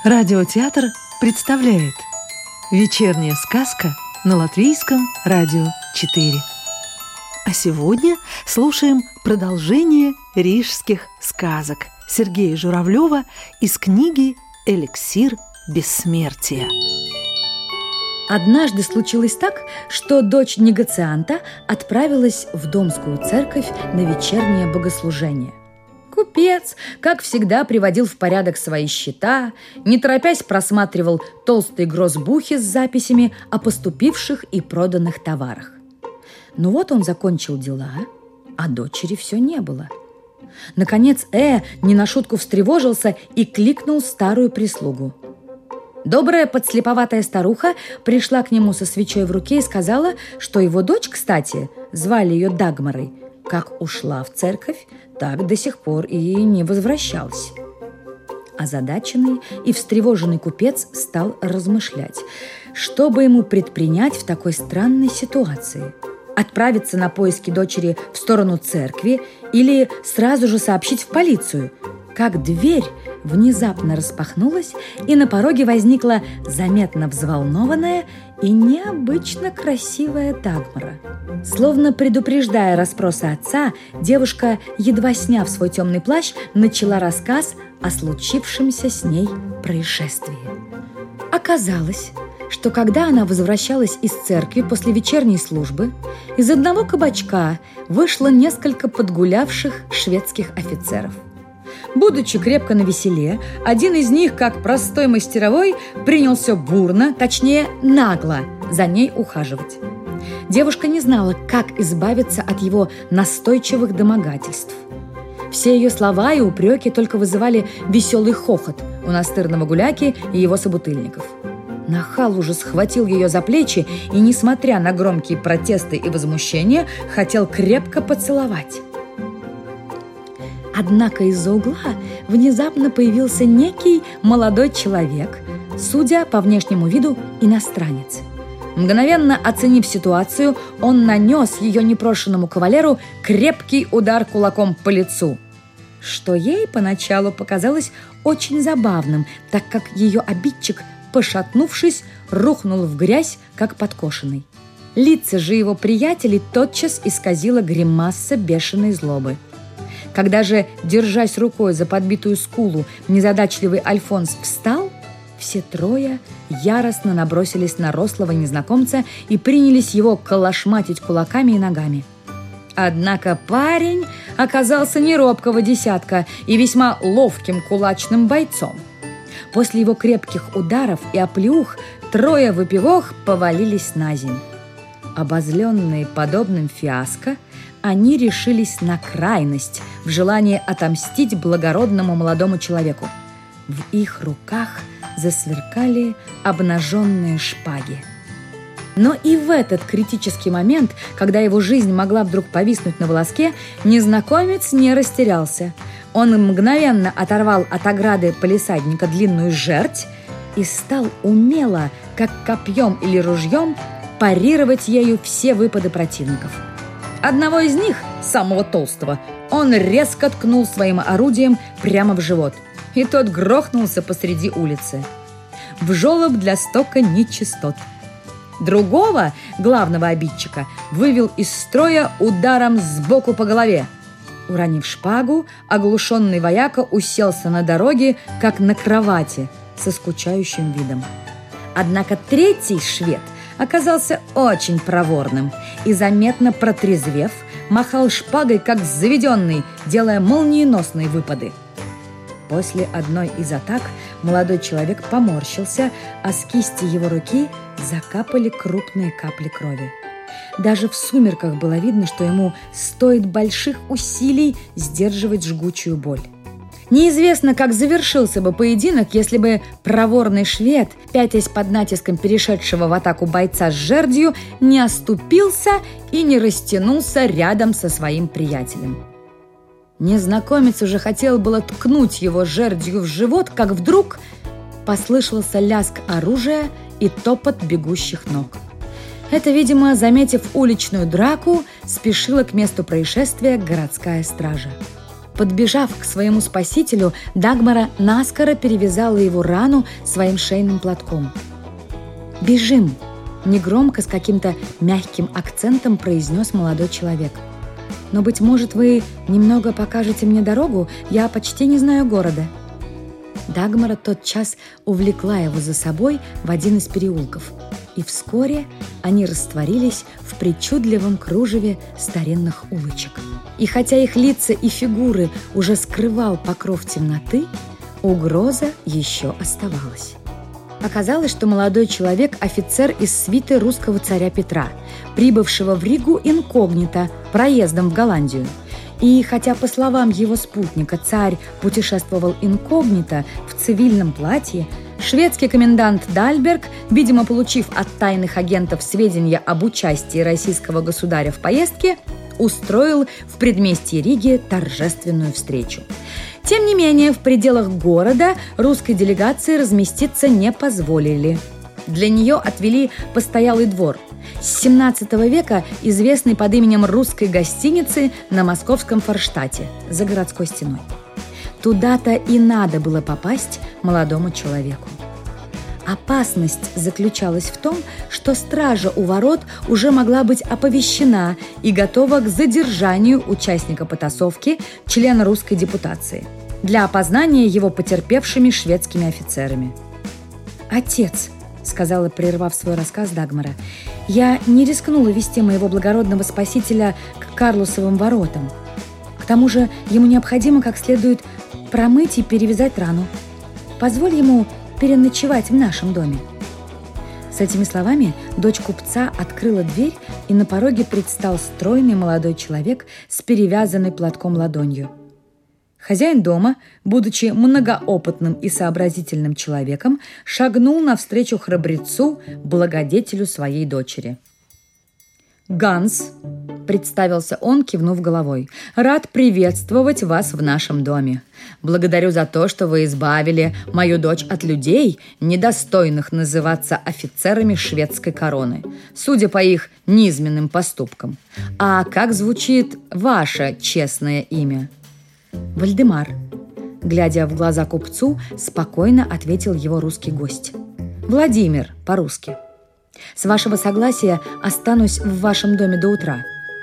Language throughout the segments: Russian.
Радиотеатр представляет «Вечерняя сказка» на Латвийском радио 4. А сегодня слушаем продолжение рижских сказок Сергея Журавлева из книги «Эликсир бессмертия». Однажды случилось так, что дочь негацианта отправилась в Домскую церковь на вечернее богослужение. Купец, как всегда, приводил в порядок свои счета, не торопясь просматривал толстые грозбухи с записями о поступивших и проданных товарах. Но вот он закончил дела, а дочери все не было. Наконец не на шутку встревожился и кликнул старую прислугу. Добрая подслеповатая старуха пришла к нему со свечой в руке и сказала, что его дочь, кстати, звали ее Дагмарой, как ушла в церковь, так до сих пор и не возвращалась. Озадаченный и встревоженный купец стал размышлять, что бы ему предпринять в такой странной ситуации. Отправиться на поиски дочери в сторону церкви или сразу же сообщить в полицию. Как дверь внезапно распахнулась, и на пороге возникла заметно взволнованная и необычно красивая Дагмара. Словно предупреждая расспросы отца, девушка, едва сняв свой темный плащ, начала рассказ о случившемся с ней происшествии. Оказалось, что когда она возвращалась из церкви после вечерней службы, из одного кабачка вышло несколько подгулявших шведских офицеров. Будучи крепко навеселе, один из них, как простой мастеровой, принялся бурно, точнее нагло, за ней ухаживать. Девушка не знала, как избавиться от его настойчивых домогательств. Все ее слова и упреки только вызывали веселый хохот у настырного гуляки и его собутыльников. Нахал уже схватил ее за плечи и, несмотря на громкие протесты и возмущения, хотел крепко поцеловать. Однако из-за угла внезапно появился некий молодой человек, судя по внешнему виду, иностранец. Мгновенно оценив ситуацию, он нанес ее непрошенному кавалеру крепкий удар кулаком по лицу, что ей поначалу показалось очень забавным, так как ее обидчик, пошатнувшись, рухнул в грязь, как подкошенный. Лица же его приятелей тотчас исказила гримаса бешеной злобы. Когда же, держась рукой за подбитую скулу, незадачливый Альфонс встал, все трое яростно набросились на рослого незнакомца и принялись его колошматить кулаками и ногами. Однако парень оказался не робкого десятка и весьма ловким кулачным бойцом. После его крепких ударов и оплеух трое выпивох повалились на землю. Обозленные подобным фиаско, они решились на крайность в желании отомстить благородному молодому человеку. В их руках засверкали обнаженные шпаги. Но и в этот критический момент, когда его жизнь могла вдруг повиснуть на волоске, незнакомец не растерялся. Он мгновенно оторвал от ограды палисадника длинную жердь и стал умело, как копьем или ружьем, парировать ею все выпады противников. Одного из них, самого толстого, он резко ткнул своим орудием прямо в живот, и тот грохнулся посреди улицы. В желоб для стока нечистот. Другого, главного обидчика, вывел из строя ударом сбоку по голове. Уронив шпагу, оглушенный вояка уселся на дороге, как на кровати, со скучающим видом. Однако третий швед оказался очень проворным и, заметно протрезвев, махал шпагой, как заведенный, делая молниеносные выпады. После одной из атак молодой человек поморщился, а с кисти его руки закапали крупные капли крови. Даже в сумерках было видно, что ему стоит больших усилий сдерживать жгучую боль. Неизвестно, как завершился бы поединок, если бы проворный швед, пятясь под натиском перешедшего в атаку бойца с жердью, не оступился и не растянулся рядом со своим приятелем. Незнакомец уже хотел было ткнуть его жердью в живот, как вдруг послышался лязг оружия и топот бегущих ног. Это, видимо, заметив уличную драку, спешила к месту происшествия городская стража. Подбежав к своему спасителю, Дагмара наскоро перевязала его рану своим шейным платком. «Бежим!» – негромко, с каким-то мягким акцентом произнес молодой человек. «Но, быть может, вы немного покажете мне дорогу? Я почти не знаю города». Дагмара тотчас увлекла его за собой в один из переулков, и вскоре они растворились в причудливом кружеве старинных улочек. И хотя их лица и фигуры уже скрывал покров темноты, угроза еще оставалась. Оказалось, что молодой человек – офицер из свиты русского царя Петра, прибывшего в Ригу инкогнито, проездом в Голландию. И хотя, по словам его спутника, царь путешествовал инкогнито в цивильном платье, шведский комендант Дальберг, видимо, получив от тайных агентов сведения об участии российского государя в поездке, устроил в предместье Риги торжественную встречу. Тем не менее, в пределах города русской делегации разместиться не позволили. Для нее отвели постоялый двор, с XVII века известный под именем русской гостиницы на московском Форштате за городской стеной. Туда-то и надо было попасть молодому человеку. Опасность заключалась в том, что стража у ворот уже могла быть оповещена и готова к задержанию участника потасовки, члена русской депутации, для опознания его потерпевшими шведскими офицерами. «Отец», — сказала, прервав свой рассказ Дагмара, — «я не рискнула вести моего благородного спасителя к Карлусовым воротам. К тому же ему необходимо как следует промыть и перевязать рану. Позволь ему переночевать в нашем доме». С этими словами дочь купца открыла дверь, и на пороге предстал стройный молодой человек с перевязанной платком ладонью. Хозяин дома, будучи многоопытным и сообразительным человеком, шагнул навстречу храбрецу, благодетелю своей дочери. «Ганс», — представился он, кивнув головой, — «рад приветствовать вас в нашем доме. Благодарю за то, что вы избавили мою дочь от людей, недостойных называться офицерами шведской короны, судя по их низменным поступкам. А как звучит ваше честное имя?» «Вальдемар», — глядя в глаза купцу, спокойно ответил его русский гость. «Владимир, по-русски. С вашего согласия останусь в вашем доме до утра».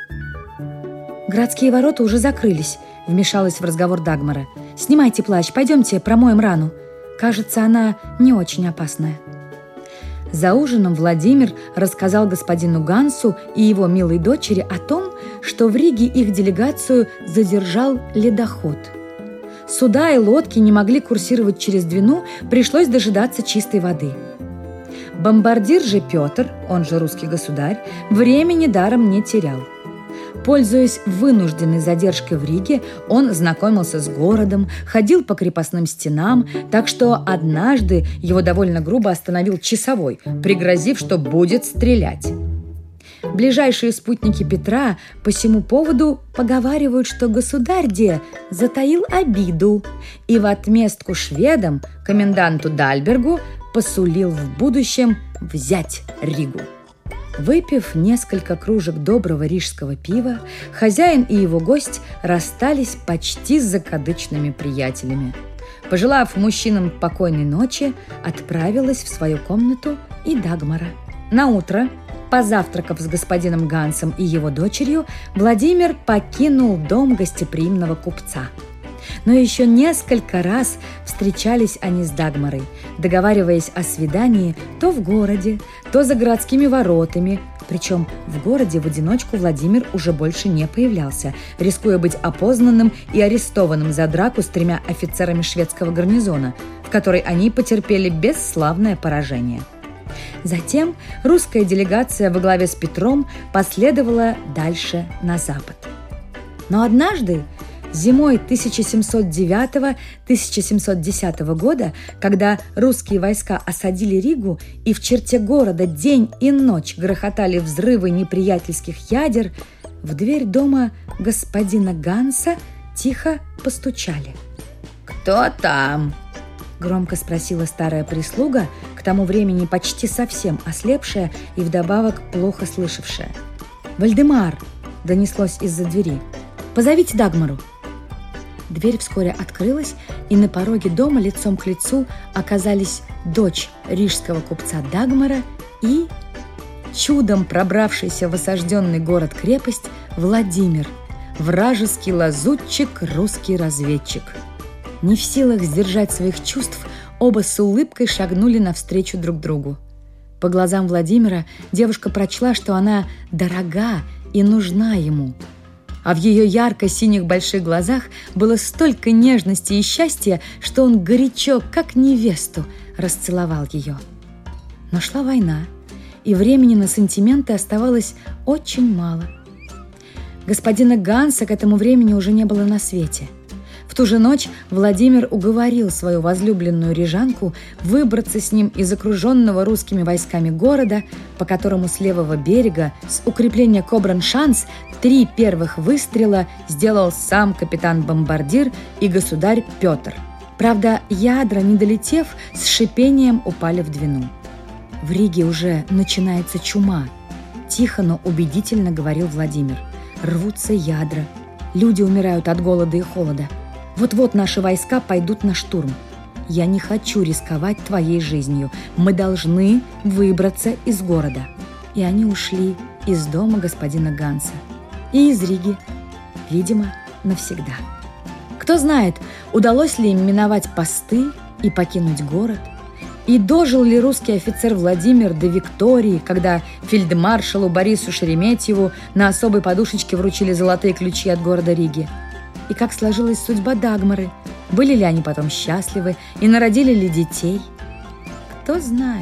«Городские ворота уже закрылись», — вмешалась в разговор Дагмара. «Снимайте плащ, пойдемте промоем рану. Кажется, она не очень опасная». За ужином Владимир рассказал господину Гансу и его милой дочери о том, что в Риге их делегацию задержал ледоход. Суда и лодки не могли курсировать через Двину, пришлось дожидаться чистой воды. Бомбардир же Петр, он же русский государь, времени даром не терял. Пользуясь вынужденной задержкой в Риге, он знакомился с городом, ходил по крепостным стенам, так что однажды его довольно грубо остановил часовой, пригрозив, что будет стрелять. Ближайшие спутники Петра по сему поводу поговаривают, что государь затаил обиду и в отместку шведам, коменданту Дальбергу, посулил в будущем взять Ригу. Выпив несколько кружек доброго рижского пива, хозяин и его гость расстались почти с закадычными приятелями. Пожелав мужчинам покойной ночи, отправилась в свою комнату и Дагмара. Наутро, позавтракав с господином Гансом и его дочерью, Владимир покинул дом гостеприимного купца. Но еще несколько раз встречались они с Дагмарой, договариваясь о свидании то в городе, то за городскими воротами. Причем в городе в одиночку Владимир уже больше не появлялся, рискуя быть опознанным и арестованным за драку с 3 офицерами шведского гарнизона, в которой они потерпели бесславное поражение. Затем русская делегация во главе с Петром последовала дальше на запад. Но однажды, зимой 1709-1710 года, когда русские войска осадили Ригу и в черте города день и ночь грохотали взрывы неприятельских ядер, в дверь дома господина Ганса тихо постучали. «Кто там?» — громко спросила старая прислуга, к тому времени почти совсем ослепшая и вдобавок плохо слышавшая. «Вальдемар!» — донеслось из-за двери. «Позовите Дагмару». Дверь вскоре открылась, и на пороге дома лицом к лицу оказались дочь рижского купца Дагмара и чудом пробравшийся в осажденный город-крепость Владимир, вражеский лазутчик, русский разведчик. Не в силах сдержать своих чувств, оба с улыбкой шагнули навстречу друг другу. По глазам Владимира девушка прочла, что она дорога и нужна ему. А в ее ярко-синих больших глазах было столько нежности и счастья, что он горячо, как невесту, расцеловал ее. Но шла война, и времени на сантименты оставалось очень мало. Господина Ганса к этому времени уже не было на свете. В ту же ночь Владимир уговорил свою возлюбленную рижанку выбраться с ним из окруженного русскими войсками города, по которому с левого берега, с укрепления Кобран-Шанс, 3 первых выстрела сделал сам капитан-бомбардир и государь Петр. Правда, ядра, не долетев, с шипением упали в Двину. «В Риге уже начинается чума», – тихо, но убедительно говорил Владимир. «Рвутся ядра, люди умирают от голода и холода. Вот-вот наши войска пойдут на штурм. Я не хочу рисковать твоей жизнью. Мы должны выбраться из города». И они ушли из дома господина Ганса. И из Риги, видимо, навсегда. Кто знает, удалось ли им миновать посты и покинуть город, и дожил ли русский офицер Владимир до Виктории, когда фельдмаршалу Борису Шереметьеву на особой подушечке вручили золотые ключи от города Риги. И как сложилась судьба Дагмары, были ли они потом счастливы и народили ли детей. Кто знает.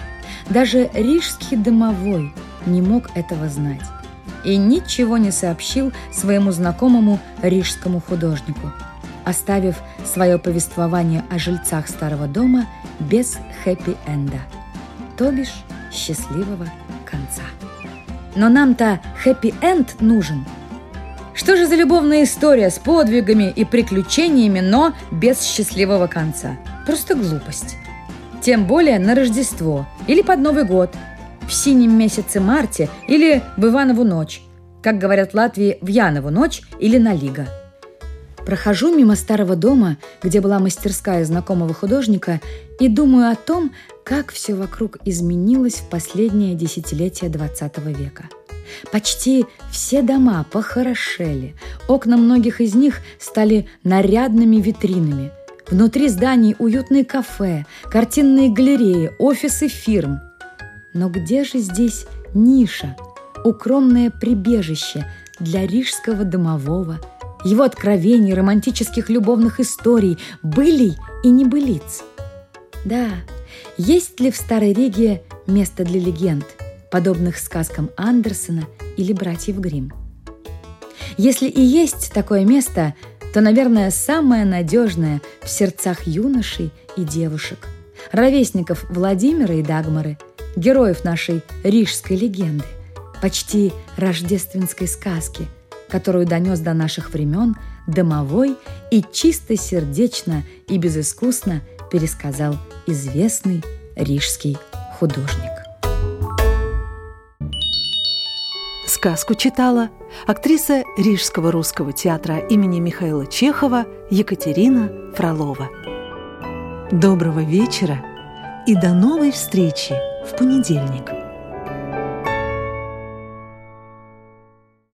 Даже рижский домовой не мог этого знать и ничего не сообщил своему знакомому рижскому художнику, оставив свое повествование о жильцах старого дома без хэппи-энда, то бишь счастливого конца. Но нам-то хэппи-энд нужен. Что же за любовная история с подвигами и приключениями, но без счастливого конца? Просто глупость. Тем более на Рождество или под Новый год, в синем месяце марте или в Иванову ночь, как говорят в Латвии, в Янову ночь или на Лига. Прохожу мимо старого дома, где была мастерская знакомого художника, и думаю о том, как все вокруг изменилось в последнее десятилетие XX века. Почти все дома похорошели, окна многих из них стали нарядными витринами. Внутри зданий уютные кафе, картинные галереи, офисы фирм. Но где же здесь ниша, укромное прибежище для рижского домового, его откровений, романтических любовных историй, былий и небылиц? Да, есть ли в Старой Риге место для легенд, подобных сказкам Андерсена или братьев Гримм? Если и есть такое место, то, наверное, самое надежное в сердцах юношей и девушек, ровесников Владимира и Дагмары, героев нашей рижской легенды, почти рождественской сказки, которую донес до наших времен домовой и чистосердечно и безыскусно пересказал известный рижский художник. Сказку читала актриса Рижского русского театра имени Михаила Чехова Екатерина Фролова. Доброго вечера и до новой встречи в понедельник.